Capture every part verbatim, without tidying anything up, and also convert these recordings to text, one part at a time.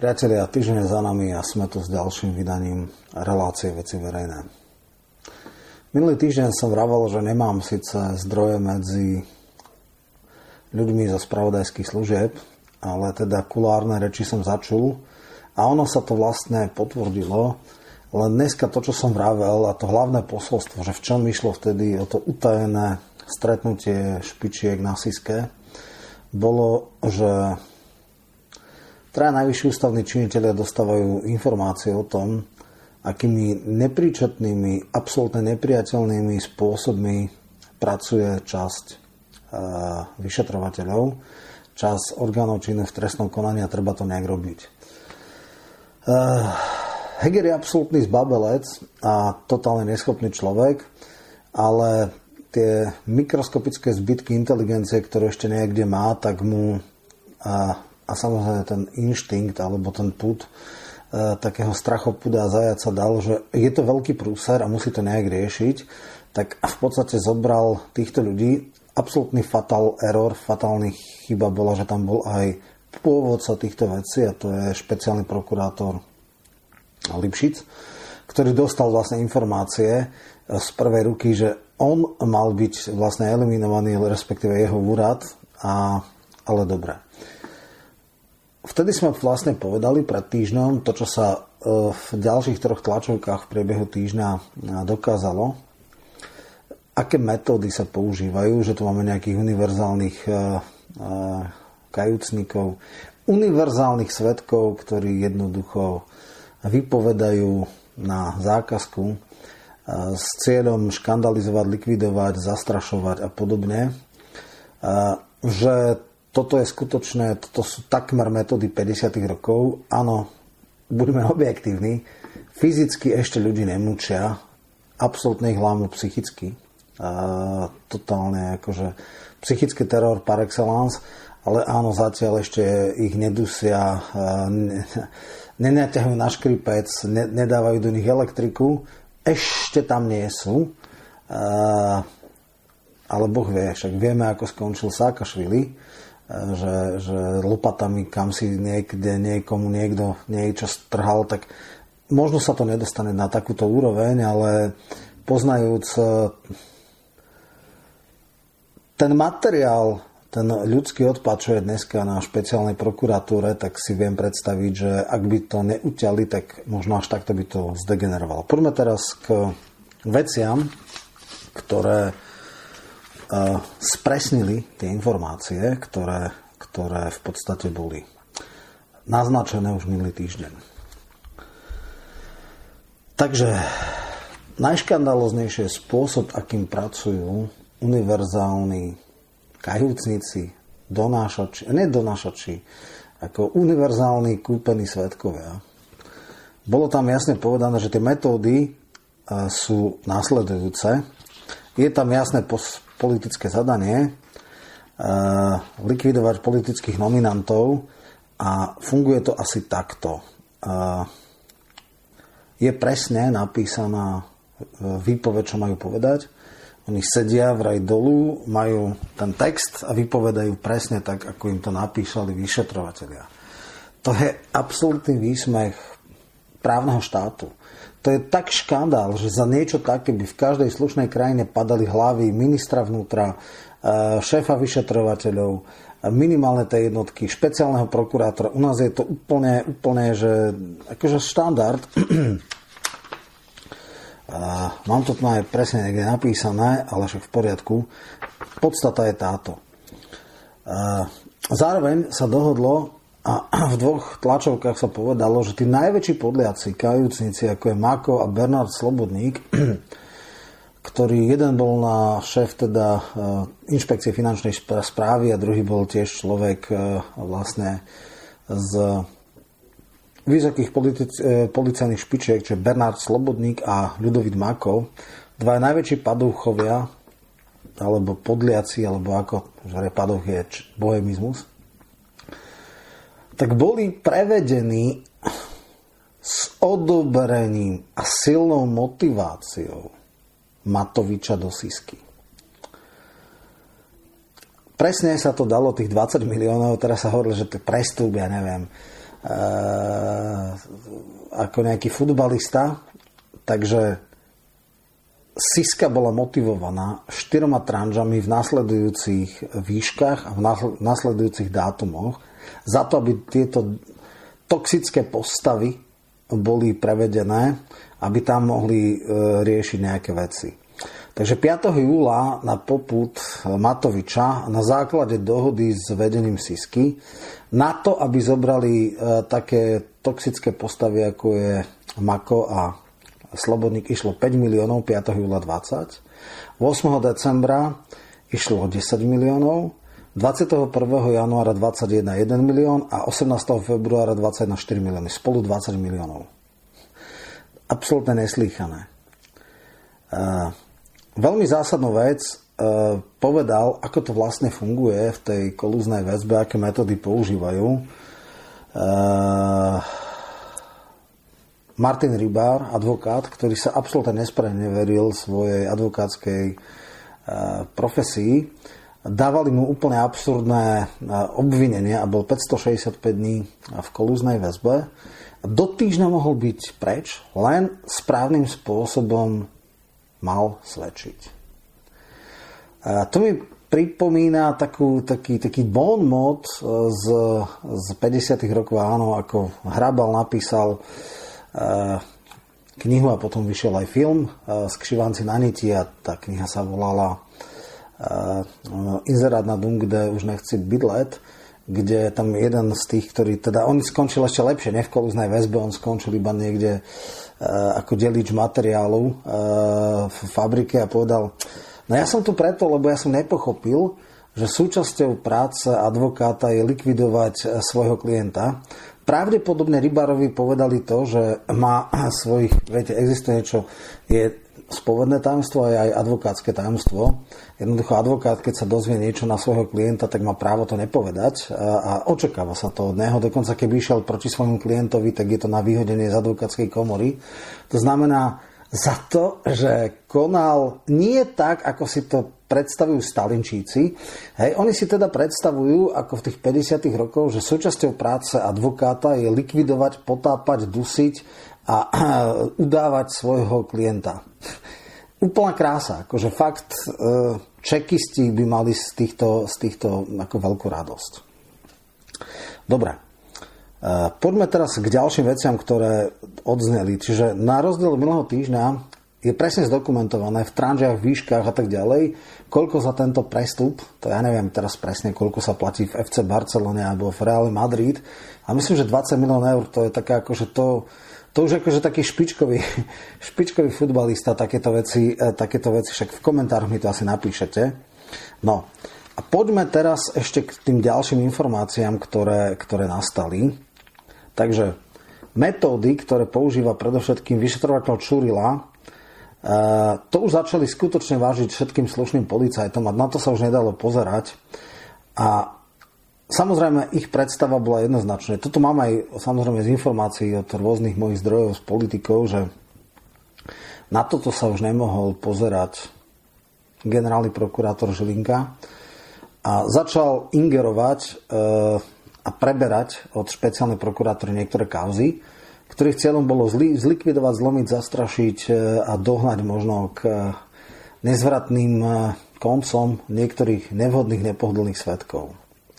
Priatelia, týždeň je za nami a sme tu s ďalším vydaním relácie Veci verejné. Minulý týždeň som vravel, že nemám síce zdroje medzi ľuďmi zo spravodajských služieb, ale teda kulárne reči som začul a ono sa to vlastne potvrdilo. Len dneska to, čo som vravel, a to hlavné posolstvo, že v čom išlo vtedy o to utajené stretnutie špičiek na Siske, bolo, že traja najvyšší ústavní činitelia dostávajú informácie o tom, akými nepríčetnými, absolútne nepriateľnými spôsobmi pracuje časť e, vyšetrovateľov, časť orgánov činných v trestnom konaní a treba to nejak robiť. E, Heger je absolútny zbabelec a totálne neschopný človek, ale tie mikroskopické zbytky inteligencie, ktoré ešte niekde má, tak mu a, a samozrejme ten inštinkt alebo ten pud a, takého strachopuda a zajaca dal, že je to veľký prúser a musí to nejak riešiť, tak v podstate zobral týchto ľudí. Absolútny fatal error, fatálny chyba bola, že tam bol aj pôvodca týchto vecí a to je špeciálny prokurátor Lipšic, ktorý dostal vlastne informácie z prvej ruky, že on mal byť vlastne eliminovaný, respektíve jeho úrad, a, ale dobre. Vtedy sme vlastne povedali pred týždňom to, čo sa v ďalších troch tlačovkách v priebehu týždňa dokázalo, aké metódy sa používajú, že tu máme nejakých univerzálnych kajúcnikov, univerzálnych svedkov, ktorí jednoducho vypovedajú na zákazku s cieľom škandalizovať, likvidovať, zastrašovať a podobne. Že toto je skutočné, toto sú takmer metódy päťdesiatych rokov. Áno, budeme objektívni, fyzicky ešte ľudí nemúčia, absolútne ich lámu psychicky. Totálne akože psychický teror par excellence, ale áno, zatiaľ ešte ich nedusia, nenaťahujú na škripec, nedávajú do nich elektriku, ešte tam nie sú. Ale Boh vie, však vieme, ako skončil Sákašvili, že, že lopatami kam si niekde niekomu niekto niečo strhal, tak možno sa to nedostane na takúto úroveň, ale poznajúc ten materiál, ten ľudský odpad, čo je dneska na špeciálnej prokuratúre, tak si viem predstaviť, že ak by to neuťali, tak možno až takto by to zdegenerovalo. Poďme teraz k veciam, ktoré spresnili tie informácie, ktoré, ktoré v podstate boli naznačené už minulý týždeň. Takže najškandaloznejšie je spôsob, akým pracujú univerzálni kajúcnici, donášači, ne donášači, ako univerzálni kúpení svedkovia. Bolo tam jasne povedané, že tie metódy sú následujúce. Je tam jasné politické zadanie likvidovať politických nominantov a funguje to asi takto. Je presne napísaná výpoveď, čo majú povedať. Oni sedia vraj dolu, majú ten text a vypovedajú presne tak, ako im to napísali vyšetrovatelia. To je absolútny výsmech právneho štátu. To je tak škandál, že za niečo také by v každej slušnej krajine padali hlavy ministra vnútra, šéfa vyšetrovateľov, minimálne tej jednotky, špeciálneho prokurátora. U nás je to úplne, úplne že akože štandard. Mám to tu aj presne niekde napísané, ale však v poriadku. Podstata je táto. Zároveň sa dohodlo a v dvoch tlačovkách sa povedalo, že tí najväčší podliaci, kajúcnici, ako je Mako a Bernard Slobodník, ktorý jeden bol na šéf teda inšpekcie finančnej správy a druhý bol tiež človek vlastne z vysokých politic- policajných špičiek, čiže Bernard Slobodník a Ľudovít Mako, dva najväčší padouchovia, alebo podliaci, alebo ako, že padouch je bohemizmus, tak boli prevedení s odoberením a silnou motiváciou Matoviča do Sisky. Presne sa to dalo, tých dvadsať miliónov, teraz sa hovorilo, že to je prestup, ja neviem, ako nejaký futbalista. Takže Siska bola motivovaná štyroma tranžami v nasledujúcich výškach a v nasledujúcich dátumoch za to, aby tieto toxické postavy boli prevedené, aby tam mohli riešiť nejaké veci. Takže piateho júla na popud Matoviča na základe dohody s vedením Sisky na to, aby zobrali také toxické postavy, ako je Mako a Slobodník, išlo päť miliónov, piateho júla dvadsať. ôsmeho decembra išlo desať miliónov, dvadsiateho prvého januára dvadsaťjeden jeden milión a osemnásteho februára dvadsaťjeden štyri milióny. Spolu dvadsať miliónov. Absolútne neslýchané. Uh, veľmi zásadnú vec uh, povedal, ako to vlastne funguje v tej kolúznej väzbe, aké metódy používajú. Uh, Martin Rybár, advokát, ktorý sa absolútne nespreneveril svojej advokátskej profesii, dávali mu úplne absurdné obvinenia a bol päťstošesťdesiatpäť dní v kolúznej väzbe. Do týždňa mohol byť preč, len správnym spôsobom mal svedčiť. To mi pripomína takú, taký, taký bon mot z, z päťdesiatych rokov, áno, ako Hrabal napísal knihu a potom vyšiel aj film Skřivanci na niti a tá kniha sa volala Inzerát na dům, kde už nechci bydlet, kde tam jeden z tých, ktorý teda, on skončil ešte lepšie, ne v kolúznej väzbe, on skončil iba niekde ako delič materiálu v fabrike a povedal, no ja som tu preto, lebo ja som nepochopil, že súčasťou práce advokáta je likvidovať svojho klienta. Pravdepodobne Rybárovi povedali to, že má svojich, viete, existuje niečo, je spovedné tajomstvo a aj advokátske tajomstvo. Jednoducho advokát, keď sa dozvie niečo na svojho klienta, tak má právo to nepovedať a očakáva sa to od neho. Dokonca keby išiel proti svojmu klientovi, tak je to na vyhodenie z advokátskej komory. To znamená za to, že konal nie tak, ako si to predstavujú Stalinčíci. Hej, oni si teda predstavujú, ako v tých päťdesiatych rokoch, že súčasťou práce advokáta je likvidovať, potápať, dusiť a udávať svojho klienta. Úplná krása. Akože fakt, čekisti by mali z týchto, z týchto ako veľkú radosť. Dobre. Poďme teraz k ďalším veciam, ktoré odzneli. Čiže na rozdiel minulého týždňa je presne zdokumentované v tranžiach, výškach a tak ďalej, koľko za tento prestup, to ja neviem teraz presne, koľko sa platí v ef cé Barcelone alebo v Reále Madrid, a myslím, že dvadsať miliónov eur, to je také akože to, to už akože taký špičkový, špičkový futbalista, takéto veci, takéto veci, však v komentároch mi to asi napíšete. No, a poďme teraz ešte k tým ďalším informáciám, ktoré, ktoré nastali. Takže metódy, ktoré používa predovšetkým vyšetrovateľ Čurila, Uh, to už začali skutočne vážiť všetkým slušným policajtom a na to sa už nedalo pozerať. A samozrejme ich predstava bola jednoznačná. Toto mám aj samozrejme z informácií od rôznych mojich zdrojov z politikov, že na toto sa už nemohol pozerať generálny prokurátor Žilinka a začal ingerovať uh, a preberať od špeciálnej prokuratúry niektoré kauzy, ktorých cieľom bolo zlikvidovať, zlomiť, zastrašiť a dohnať možno k nezvratným koncom niektorých nevhodných, nepohodlných svedkov.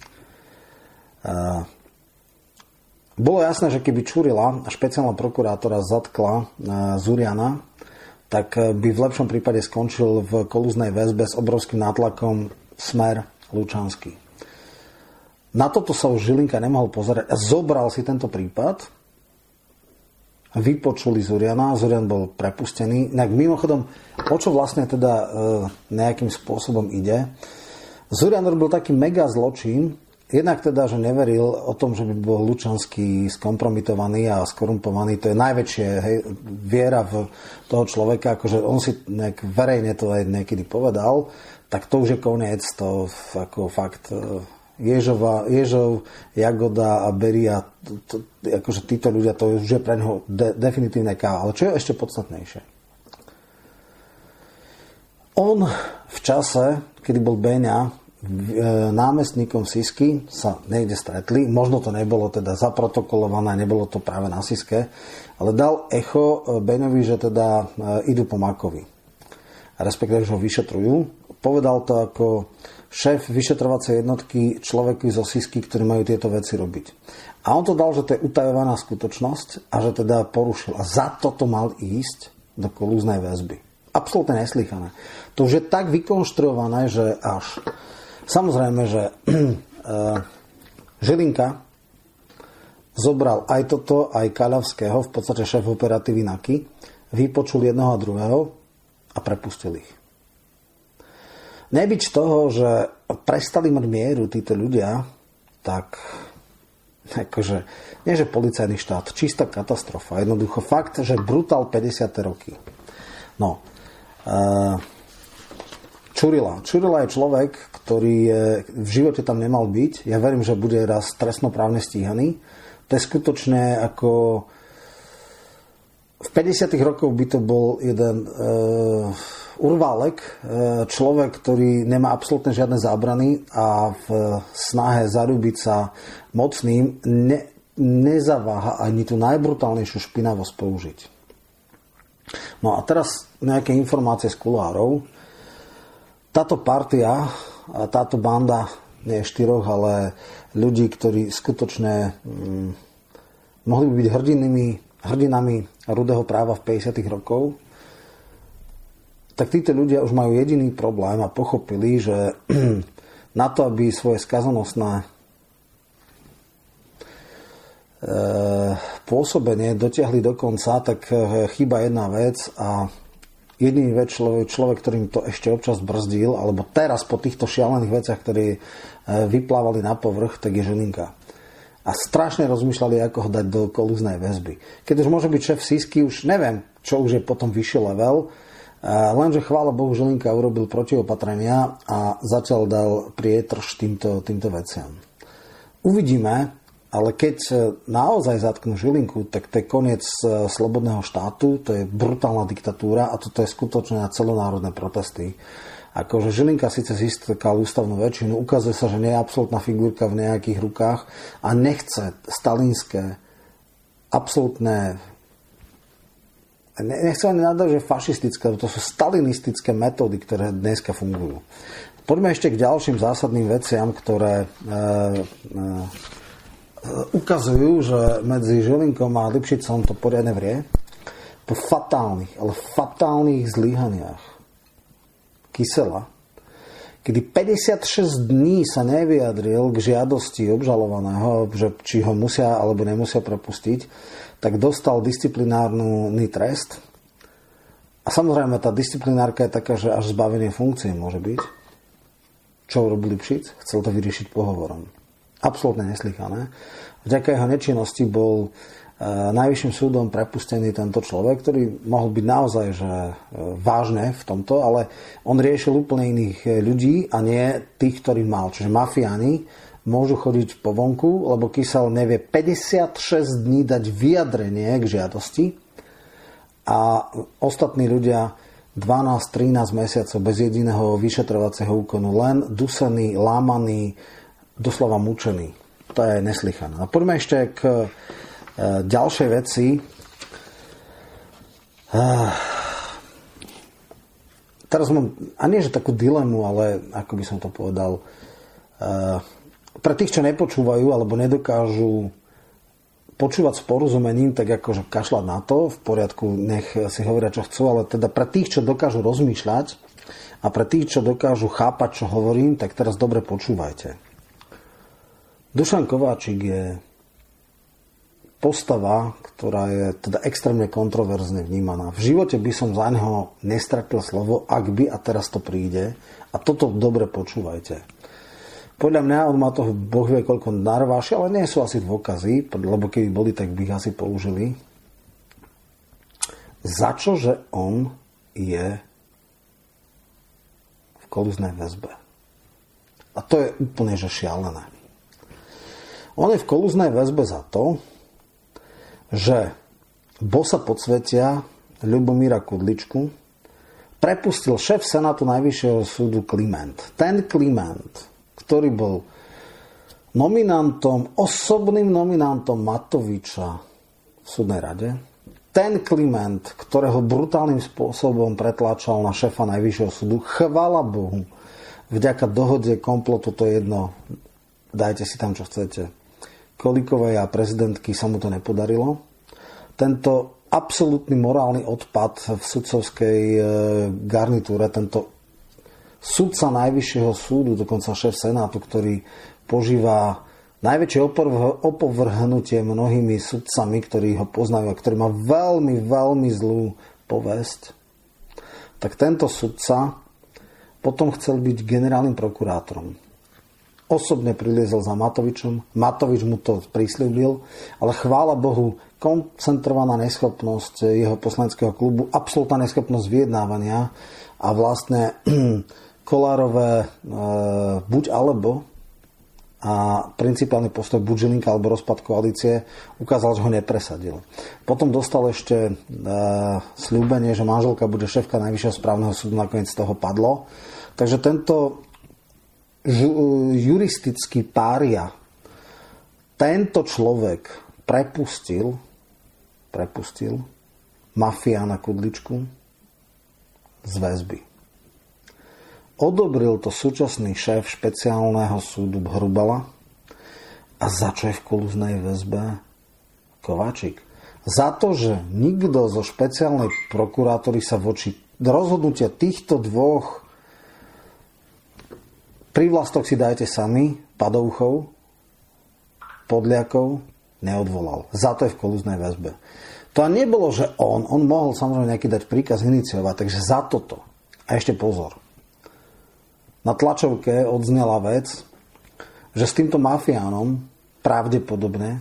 Bolo jasné, že keby Čurila a špeciálna prokurátora zatkla Zuriana, tak by v lepšom prípade skončil v kolúznej väzbe s obrovským nátlakom Smer Lučanský. Na toto sa už Žilinka nemohol pozerať a zobral si tento prípad. Vypočuli Zuriana, Zurian bol prepustený. Mimochodom, o čo vlastne teda e, nejakým spôsobom ide? Zurian robil taký mega zločin, jednak teda, že neveril o tom, že by bol Lučanský skompromitovaný a skorumpovaný. To je najväčšie, hej, viera v toho človeka, akože on si nejak verejne to aj niekedy povedal, tak to už je koniec, to ako fakt... E, Ježova, Ježov, Jagoda a Beria, to, to, akože títo ľudia, to už je pre neho de, definitívne káva. Ale čo je ešte podstatnejšie? On v čase, kedy bol Beňa námestníkom Sisky sa niekde stretli. Možno to nebolo teda zaprotokolované, nebolo to práve na Siske, ale dal echo Beňovi, že teda idú po Makovi. Respektíve, že ho vyšetrujú. Povedal to ako šéf vyšetrovacej jednotky človeku zo Sisky, ktorí majú tieto veci robiť. A on to dal, že to je utajovaná skutočnosť a že teda porušil. A za toto mal ísť do kolúznej väzby. Absolútne neslychané. To už je tak vykonštruované, že až... Samozrejme, že Žilinka zobral aj toto, aj Kaľavského, v podstate šéf operatívy NAKY, vypočul jedného a druhého a prepustil ich. Nebyť toho, že prestali mať mieru títo ľudia, tak akože, nie že policajný štát, čistá katastrofa. Jednoducho fakt, že brutál päťdesiate roky. No, Čurila. Čurila je človek, ktorý je, v živote tam nemal byť. Ja verím, že bude raz trestnoprávne stíhaný. To je skutočne ako... V päťdesiatych rokoch by to bol jeden uh, urválek, uh, človek, ktorý nemá absolútne žiadne zábrany a v snahe zarúbiť sa mocným ne, nezaváha ani tú najbrutálnejšiu špinavosť použiť. No a teraz nejaké informácie z kuloárov. Táto partia, táto banda, nie štyroch, ale ľudí, ktorí skutočne hm, mohli by byť hrdinami, hrdinami rudého práva v päťdesiatych rokov, tak títo ľudia už majú jediný problém a pochopili, že na to, aby svoje skazonosné pôsobenie dotiahli do konca, tak chýba jedna vec a jediný vec človek, človek, ktorým to ešte občas brzdil, alebo teraz po týchto šialených veciach, ktorí vyplávali na povrch, tak je Žilinka. A strašne rozmýšľali, ako ho dať do kolúznej väzby. Keď už môže byť šéf Sisky, už neviem, čo už je potom vyšší level, lenže chvála Bohu, Žilinka urobil protiopatrenia a zatiaľ dal prietrž týmto, týmto veciam. Uvidíme, ale keď naozaj zatknú Žilinku, tak to je koniec slobodného štátu, to je brutálna diktatúra a toto je skutočne na celonárodné protesty. Akože Žilinka síce získal ústavnú väčšinu, ukazuje sa, že nie je absolútna figurka v nejakých rukách a nechce stalinské absolútne, nechce ani nadať, že fašistické, to sú stalinistické metódy, ktoré dneska fungujú. Poďme ešte k ďalším zásadným veciam, ktoré e, e, ukazujú, že medzi Žilinkom a Lipšicom to poriadne vrie. Po fatálnych, ale fatálnych zlyhaniach Kysela, kedy päťdesiatšesť dní sa nevyjadril k žiadosti obžalovaného, že či ho musia alebo nemusia prepustiť, tak dostal disciplinárny trest. A samozrejme, tá disciplinárka je taká, že až zbavenie funkcie môže byť. Čo urobil Lipšic? Chcel to vyriešiť pohovorom. Absolútne neslychané. Vďaka jeho nečinnosti bol e, najvyšším súdom prepustený tento človek, ktorý mohol byť naozaj že, e, vážne v tomto, ale on riešil úplne iných ľudí a nie tých, ktorých mal. Čiže mafiáni môžu chodiť po vonku, lebo Kysel nevie päťdesiatšesť dní dať vyjadrenie k žiadosti a ostatní ľudia dvanásť trinásť mesiacov bez jediného vyšetrovacieho úkonu, len dusený, lámaný, doslova mučený. To je neslychané. A poďme ešte k e, ďalšej veci. E, teraz mám, a nie že takú dilemu, ale ako by som to povedal, e, pre tých, čo nepočúvajú alebo nedokážu počúvať s porozumením, tak akože kašľať na to, v poriadku, nech si hovoria, čo chcú, ale teda pre tých, čo dokážu rozmýšľať a pre tých, čo dokážu chápať, čo hovorím, tak teraz dobre počúvajte. Dušan Kováčik je postava, ktorá je teda extrémne kontroverzne vnímaná. V živote by som za neho nestratil slovo, ak by, a teraz to príde, a toto dobre počúvajte. Podľa mňa on má toho Boh vie koľko narváši, ale nie sú asi dôkazy, lebo keby boli, tak by ich asi použili. Za čo, že on je v kolúznej väzbe. A to je úplne že šialené. On je v kolúznej väzbe za to, že bossa podsvetia Ľubomíra Kudličku prepustil šéf Senátu Najvyššieho súdu Kliment. Ten Kliment ktorý bol nominantom, osobným nominantom Matoviča v súdnej rade, ten Kliment, ktorého brutálnym spôsobom pretláčal na šéfa Najvyššieho súdu, chvála Bohu, vďaka dohode komplotu, to je jedno, dajte si tam, čo chcete, Kolíkovej a prezidentky sa mu to nepodarilo. Tento absolútny morálny odpad v sudcovskej garnitúre, tento sudca Najvyššieho súdu, dokonca šéf Senátu, ktorý požíva najväčšie opovrhnutie mnohými sudcami, ktorí ho poznajú a ktorý má veľmi, veľmi zlú povesť, tak tento sudca potom chcel byť generálnym prokurátorom. Osobne priliezol za Matovičom, Matovič mu to prisľúbil, ale chvála Bohu, koncentrovaná neschopnosť jeho poslaneckého klubu, absolútna neschopnosť vyjednávania a vlastne Kolárové e, buď alebo a principiálny postoj buď Žilinka alebo rozpad koalície ukázal, že ho nepresadil. Potom dostal ešte e, sľúbenie, že manželka bude šéfka Najvyššieho správneho súdu, nakoniec z toho padlo. Takže tento ju, juristický pária, tento človek prepustil prepustil mafiána Kudličku z väzby. Odobril to súčasný šéf špeciálneho súdu Hrubala. A za čo je v kolúznej väzbe Kováčik? Za to, že nikto zo špeciálnej prokurátory sa voči rozhodnutia týchto dvoch prívlastok si dajte sami, Padouchov, Podliakov, neodvolal. Za to je v kolúznej väzbe. To nebolo, že on, on mohol samozrejme nejaký dať príkaz iniciovať, takže za toto. A ešte pozor. Na tlačovke odznela vec, že s týmto mafiánom pravdepodobne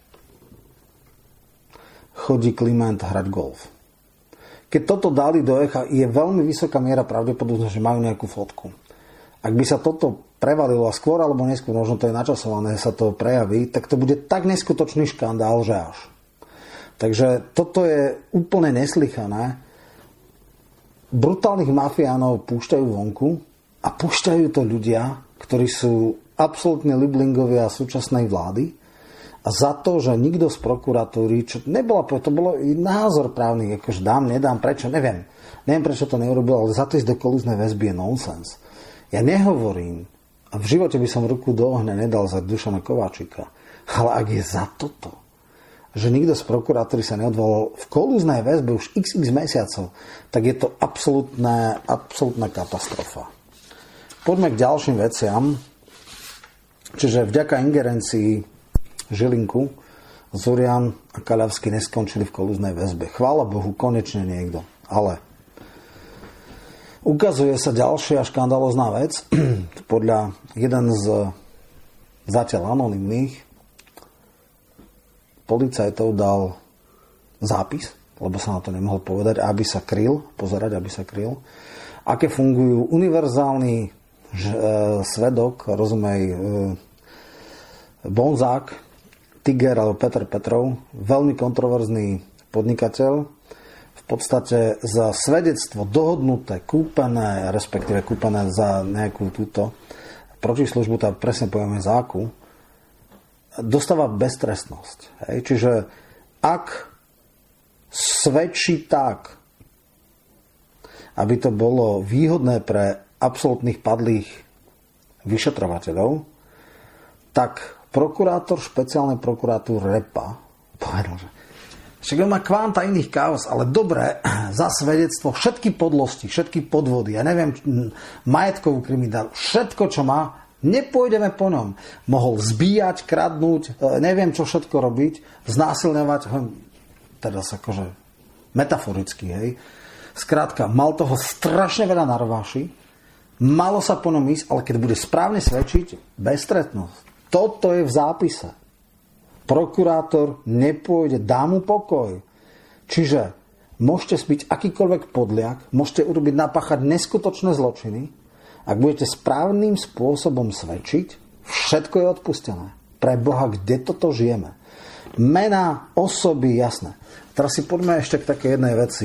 chodí Kliment hrať golf. Keď toto dali do echa, je veľmi vysoká miera pravdepodobne, že majú nejakú fotku. Ak by sa toto prevalilo a skôr alebo neskôr, možno to je načasované, sa to prejaví, tak to bude tak neskutočný škandál, že až. Takže toto je úplne neslychané. Brutálnych mafiánov púšťajú vonku a púšťajú to ľudia, ktorí sú absolútne liblingovia súčasnej vlády a za to, že nikto z prokuratúry, čo nebola, to bolo i názor právny, akože dám, nedám, prečo, neviem. Neviem, prečo to neurobil, ale za to ísť do kolúznej väzby je nonsens. Ja nehovorím, a v živote by som ruku do ohňa nedal za Dušana Kováčika, ale ak je za toto, že nikto z prokuratúry sa neodvolal v kolúznej väzbe už x x mesiacov, tak je to absolútna, absolútna katastrofa. Poďme k ďalším veciam. Čiže vďaka ingerencii Žilinku Zurian a Kaľavský neskončili v kolúznej väzbe. Chvála Bohu, konečne niekto. Ale ukazuje sa ďalšia škandalózna vec. Podľa jeden z zatiaľ anonymných policajtov dal zápis, lebo sa na to nemohol povedať, aby sa kryl, pozerať, aby sa kryl, aké fungujú univerzálny že, e, svedok, rozumej e, Bonzák, Tiger alebo Petr Petrov, veľmi kontroverzný podnikateľ, v podstate za svedectvo dohodnuté, kúpené, respektíve kúpené za nejakú túto protislužbu, tak presne povieme za akú, dostáva beztrestnosť. Hej? Čiže ak svedčí tak, aby to bolo výhodné pre absolútnych padlých vyšetrovateľov, tak prokurátor špeciálnej prokuratúry Repa povedal, že však on má kvanta iných kauz, ale dobre, za svedectvo všetky podlosti, všetky podvody, ja neviem, majetkovú kriminalitu, všetko, čo má, nepôjdeme po ňom. Mohol zbíjať, kradnúť, neviem, čo všetko robiť, znásilňovať, teraz akože metaforicky, hej. Skrátka, mal toho strašne veľa na rováši, malo sa po ňom ísť, ale keď bude správne svedčiť, beztrestnosť. Toto je v zápise. Prokurátor nepôjde, dá mu pokoj. Čiže môžete byť akýkoľvek podliak, môžete urobiť, napáchať neskutočné zločiny. Ak budete správnym spôsobom svedčiť, všetko je odpustené. Pre Boha, kde toto žijeme? Mená, osoby, jasné. Teraz si poďme ešte k takej jednej veci.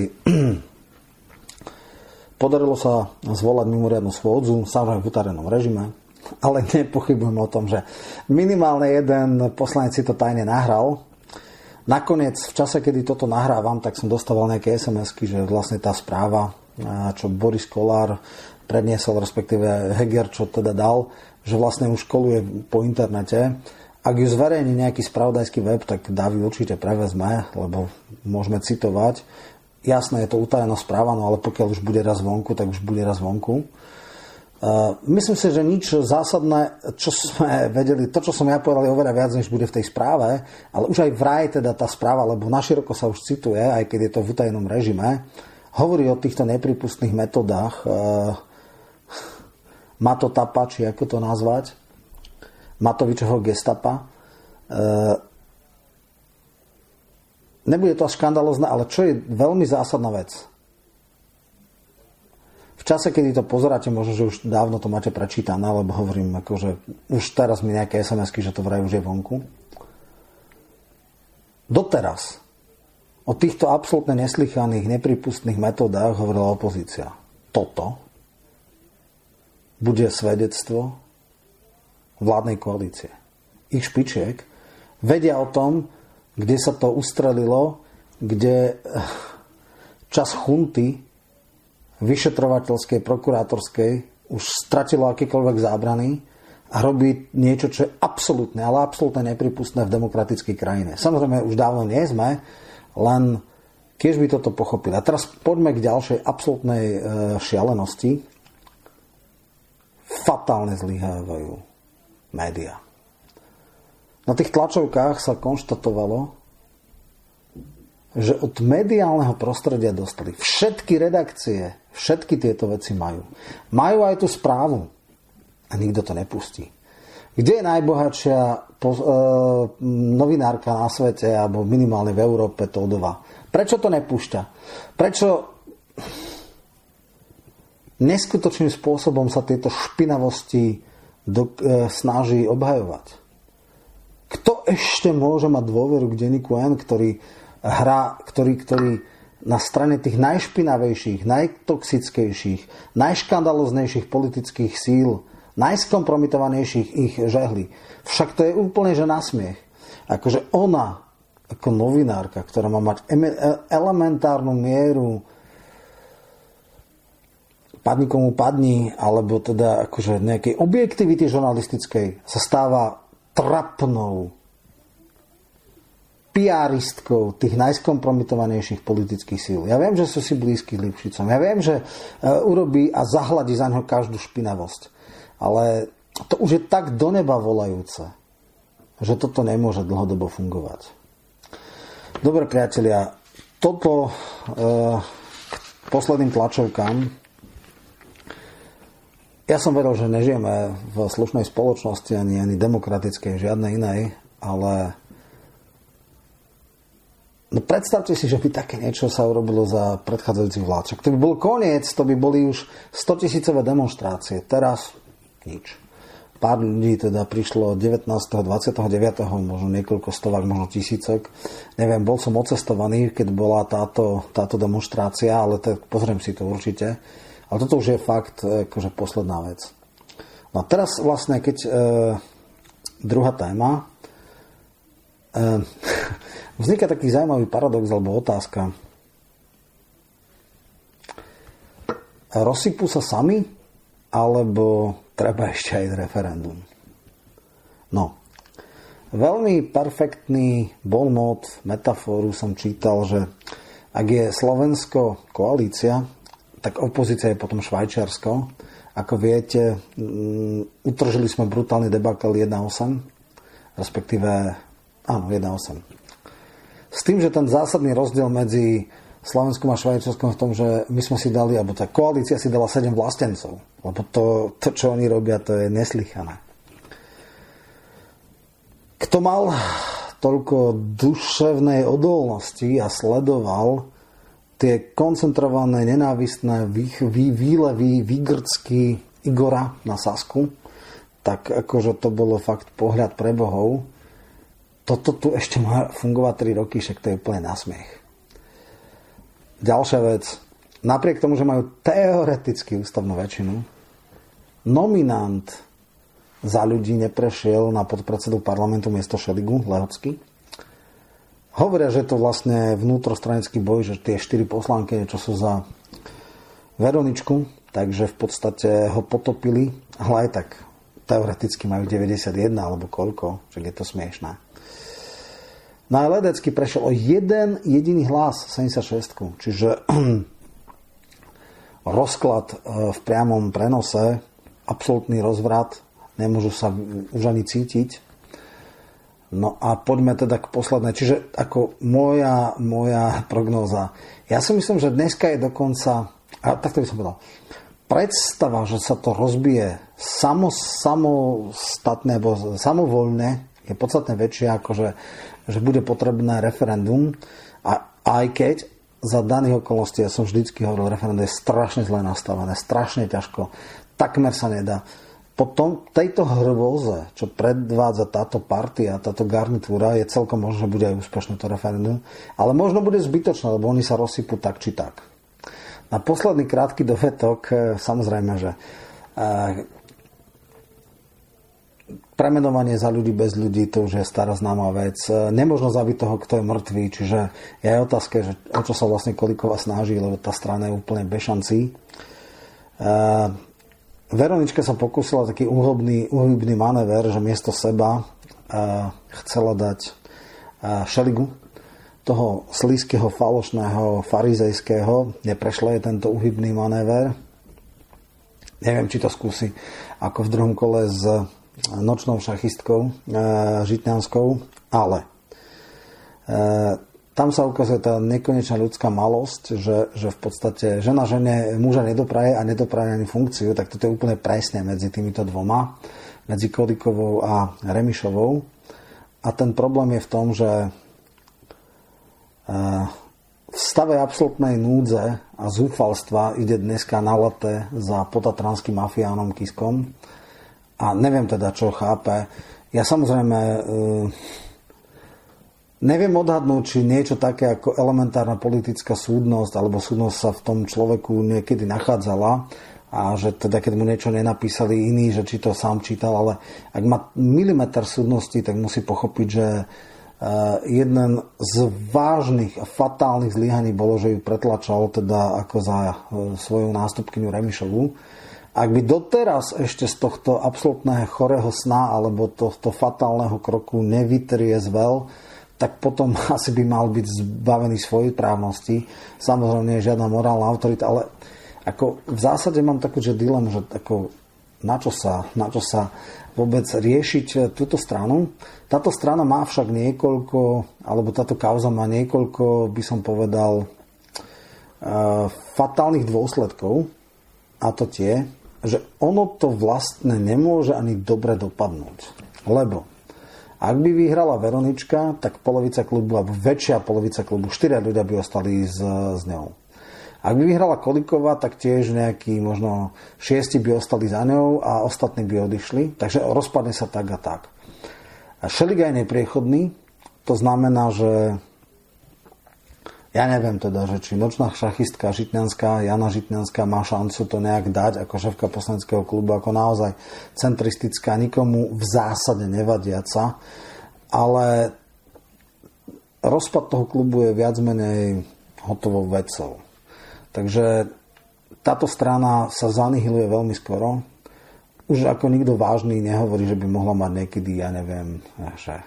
Podarilo sa zvolať mimoriadnu schôdzu, samozrejme v utarenom režime. ale nepochybujem o tom, že minimálne jeden poslanec si to tajne nahral. Nakoniec, v čase, kedy toto nahrávam, tak som dostával nejaké es em esky, že vlastne tá správa, čo Boris Kollár predniesol, respektíve Heger, čo teda dal, že vlastne už koluje po internete. Ak ju zverejní nejaký spravodajský web, tak Dávi určite prevezme, lebo môžeme citovať. Jasné, je to utajená správa, no ale pokiaľ už bude raz vonku, tak už bude raz vonku. Uh, myslím si, že nič zásadné, čo sme vedeli, to, čo som ja povedal, je oveľa viac, než bude v tej správe, ale už aj vraj teda tá správa, lebo naširoko sa už cituje, aj keď je to v utajenom režime, hovorí o týchto nepripustných metodách uh, Matotapa, či ako to nazvať, Matovičovho gestapa. Uh, nebude to až škandalózne, ale čo je veľmi zásadná vec. V čase, kedy to pozeráte, možno, že už dávno to máte prečítané, lebo hovorím, akože už teraz mi nejaké es em esky, že to vraj už je vonku. Doteraz o týchto absolútne neslychaných, nepripustných metódach hovorila opozícia. Toto bude svedectvo vládnej koalície. Ich špičiek vedia o tom, kde sa to ustrelilo, kde čas chunty vyšetrovateľskej, prokurátorskej už stratilo akýkoľvek zábrany a robí niečo, čo je absolútne, ale absolútne nepripustné v demokratickej krajine. Samozrejme, už dávno nie sme, len keď by toto pochopili. A teraz poďme k ďalšej absolútnej e, šialenosti. Fatálne zlyhávajú médiá. Na tých tlačovkách sa konštatovalo, že od mediálneho prostredia dostali všetky redakcie, všetky tieto veci majú. Majú aj tú správu a nikto to nepustí. Kde je najbohatšia po, e, novinárka na svete, alebo minimálne v Európe, Tódová? Prečo to nepúšťa? Prečo neskutočným spôsobom sa tieto špinavosti do, e, snaží obhajovať? Kto ešte môže mať dôveru k denníku N, ktorý hra, ktorý, ktorý na strane tých najšpinavejších, najtoxickejších, najškandaloznejších politických síl, najskompromitovanejších ich žehli. Však to je úplne, že na smiech. Akože ona, ako novinárka, ktorá má mať elementárnu mieru padni komu padni, alebo teda akože nejakej objektivity žurnalistickej, sa stáva trapnou piaristkou tých najskompromitovanejších politických síl. Ja viem, že sú si blízky Lipšicom. Ja viem, že urobí a zahladí za ňo každú špinavosť. Ale to už je tak do neba volajúce, že toto nemôže dlhodobo fungovať. Dobre, priatelia, toto e, k posledným tlačovkám. Ja som vedel, že nežijeme v slušnej spoločnosti, ani, ani demokratickej, žiadnej inej, ale no predstavte si, že by také niečo sa urobilo za predchádzajúcich vlád. Však to by bol koniec, to by boli už stotisícové demonštrácie. Teraz nič. Pár ľudí teda prišlo devätnásteho dvadsiateho deviateho možno niekoľko stovák, možno tisícok. Neviem, bol som ocestovaný, keď bola táto, táto demonštrácia, ale to, pozriem si to určite. Ale toto už je fakt akože posledná vec. No a teraz vlastne, keď e, druhá téma, e, vzniká taký zaujímavý paradox alebo otázka. Rozsypú sa sami, alebo treba ešte aj referendum? No, veľmi perfektný bonmot, metaforu som čítal, že ak je Slovensko koalícia, tak opozícia je potom Švajčiarsko. Ako viete, utržili sme brutálny debakel jeden osem, respektíve áno, jeden osem. S tým, že ten zásadný rozdiel medzi Slovenskom a Švajčiarskom v tom, že my sme si dali, alebo tá koalícia si dala sedem vlastencov, lebo to, to čo oni robia, to je neslychané. Kto mal toľko duševnej odolnosti a sledoval tie koncentrované, nenávistné výlevy, výgrcky Igora na Sasku, tak akože to bolo fakt pohľad pre bohov. Toto tu ešte má fungovať tri roky, však to je úplne nasmiech. Ďalšia vec. Napriek tomu, že majú teoreticky ústavnú väčšinu, nominant Za ľudí neprešiel na podpredsedu parlamentu miesto Šeligu, Lehocký. Hovoria, že je to vlastne vnútrostranický boj, že tie štyri poslanky, čo sú za Veroničku, takže v podstate ho potopili, ale aj tak teoreticky majú deväťdesiatjeden alebo koľko, že je to smiešné. No a Ledecký prešiel o jeden jediný hlas, sedemdesiatšesť, čiže rozklad v priamom prenose, absolútny rozvrat, nemôžu sa už ani cítiť. No a poďme teda k poslednej. Čiže ako moja, moja prognóza. Ja si myslím, že dneska je dokonca, a takto by som povedal, predstava, že sa to rozbije samo, samostatné, alebo samovoľne, je podstatne väčšia, ako že, že bude potrebné referendum. A aj keď za daných okolností, ja som vždycky hovoril, referendum je strašne zle nastavené, strašne ťažko, takmer sa nedá. Potom tejto hrôze, čo predvádza táto partia, táto garnitúra, je celkom možno, že bude aj úspešné to referendum, ale možno bude zbytočné, lebo oni sa rozsypú tak či tak. Na posledný krátky dovetok, samozrejme, že premenovanie Za ľudí bez ľudí, to už je stará známa vec. Nemožno zabiť toho, kto je mŕtvý, čiže je aj otázka, že o čo sa vlastne Kolíková snaží, lebo tá strana je úplne bez šancí. Veronička sa pokúsila taký úhybný, úhybný manéver, že miesto seba uh, chcela dať uh, Šeligu, toho slízkeho, falošného, farizejského. Neprešlo je tento úhybný manéver. Neviem, či to skúsi ako v druhom kole s nočnou šachistkou uh, Žitňanskou, ale uh, tam sa ukazuje tá nekonečná ľudská malosť, že, že v podstate žena žene muža nedopraje a nedopraje ani funkciu, tak toto je úplne presne medzi týmito dvoma, medzi Kolíkovou a Remišovou. A ten problém je v tom, že v stave absolútnej núdze a zúfalstva ide dneska nalaté za potatranským mafiánom Kiskom. A neviem teda, čo chápe. Ja samozrejme neviem odhadnúť, či niečo také ako elementárna politická súdnosť alebo súdnosť sa v tom človeku niekedy nachádzala a že teda keď mu niečo nenapísali iní, že či to sám čítal, ale ak má milimeter súdnosti, tak musí pochopiť, že jeden z vážnych a fatálnych zlyhaní bolo, že ju pretlačal teda ako za svoju nástupkyňu Remišovu. Ak by doteraz ešte z tohto absolútneho chorého sna alebo tohto fatálneho kroku nevytriezvel, tak potom asi by mal byť zbavený svojej právnosti. Samozrejme nie je žiadna morálna autorita, ale ako v zásade mám takú že dilemu, že ako na čo sa, na čo sa vôbec riešiť túto stranu. Táto strana má však niekoľko, alebo táto kauza má niekoľko, by som povedal, fatálnych dôsledkov, a to tie, že ono to vlastne nemôže ani dobre dopadnúť. Lebo ak by vyhrala Veronička, tak polovica klubu, alebo väčšia polovica klubu, štyria ľudia by ostali s, s ňou. Ak by vyhrala Kolíková, tak tiež nejakí možno šiesti by ostali za ňou a ostatní by odišli. Takže rozpadne sa tak a tak. A Šeliga je nepriechodný. To znamená, že ja neviem teda, že či nočná šachistka Žitňanská, Jana Žitňanská má šancu to nejak dať ako šéfka poslaneckého klubu, ako naozaj centristická, nikomu v zásade nevadiaca, ale rozpad toho klubu je viac menej hotovou vecou. Takže táto strana sa zanihiluje veľmi skoro. Už ako nikto vážny nehovorí, že by mohla mať niekedy, ja neviem, že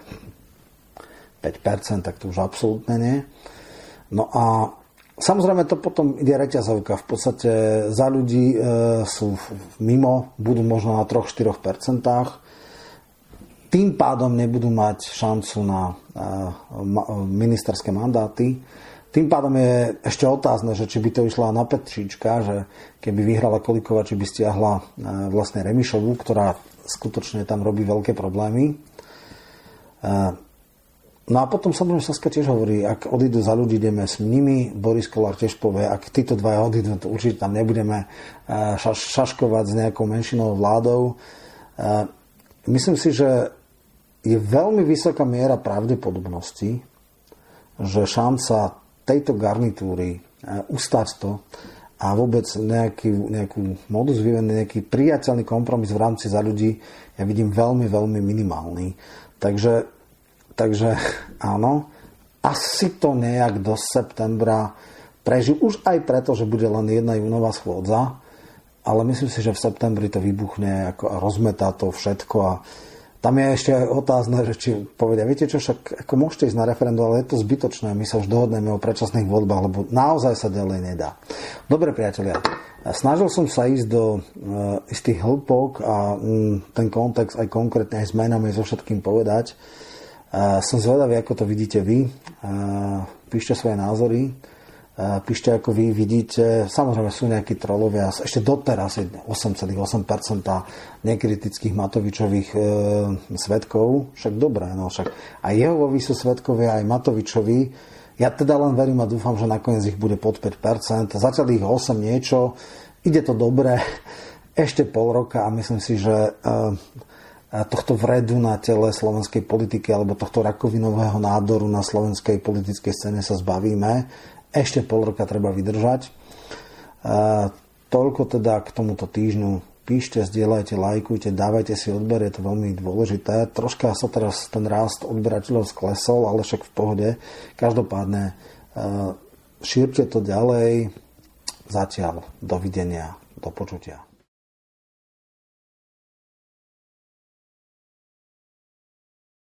päť percent, tak to už absolútne nie. No a samozrejme to potom ide reťazovka. V podstate Za ľudí e, sú mimo, budú možno na tri až štyri percentá. Tým pádom nebudú mať šancu na e, ma, ministerské mandáty. Tým pádom je ešte otázne, že či by to išla na Petříčka, že keby vyhrala Kolíková, či by stiahla e, vlastne Remišovú, ktorá skutočne tam robí veľké problémy. E, No a potom samozrejme Saska tiež hovorí, ak odídu Za ľudí, ideme s nimi. Boris Kollár tiež povie, ak títo dvaja odídu, to určite tam nebudeme šaš- šaškovať s nejakou menšinou vládou. Myslím si, že je veľmi vysoká miera pravdepodobnosti, že šanca tejto garnitúry ustať to a vôbec nejaký, nejakú modus vivendi, nejaký priateľný kompromis v rámci Za ľudí ja vidím veľmi, veľmi minimálny. Takže, takže áno, asi to nejak do septembra prežijú, už aj preto, že bude len jedna júnová schôdza, ale myslím si, že v septembri to vybuchne ako, a rozmetá to všetko a tam je ešte otázne, že či povedia, viete čo, však ako môžete ísť na referendum, ale je to zbytočné, my sa už dohodneme o predčasných voľbách, lebo naozaj sa ďalej nedá. Dobre, priatelia, snažil som sa ísť do uh, istých hĺbok a um, ten kontext aj konkrétne aj s menami so všetkým povedať. Uh, som zvedavý, ako to vidíte vy. Uh, píšte svoje názory. Píšte, ako vy vidíte. Samozrejme sú nejakí trolovia. Ešte doteraz je osem celá osem percenta nekritických Matovičových e, svedkov. Však dobré, no však aj Jehovovi sú svedkovia, aj Matovičovi. Ja teda len verím a dúfam, že nakoniec ich bude pod päť percent. Zatiaľ ich osem niečo. Ide to dobre. Ešte pol roka a myslím si, že e, tohto vredu na tele slovenskej politiky alebo tohto rakovinového nádoru na slovenskej politickej scéne sa zbavíme. Ešte pol roka treba vydržať. E, toľko teda k tomuto týždňu. Píšte, zdieľajte, lajkujte, dávajte si odber, je to veľmi dôležité. Troška sa teraz ten rast odberateľov sklesol, ale však v pohode. Každopádne e, šírte to ďalej. Zatiaľ dovidenia, do počutia.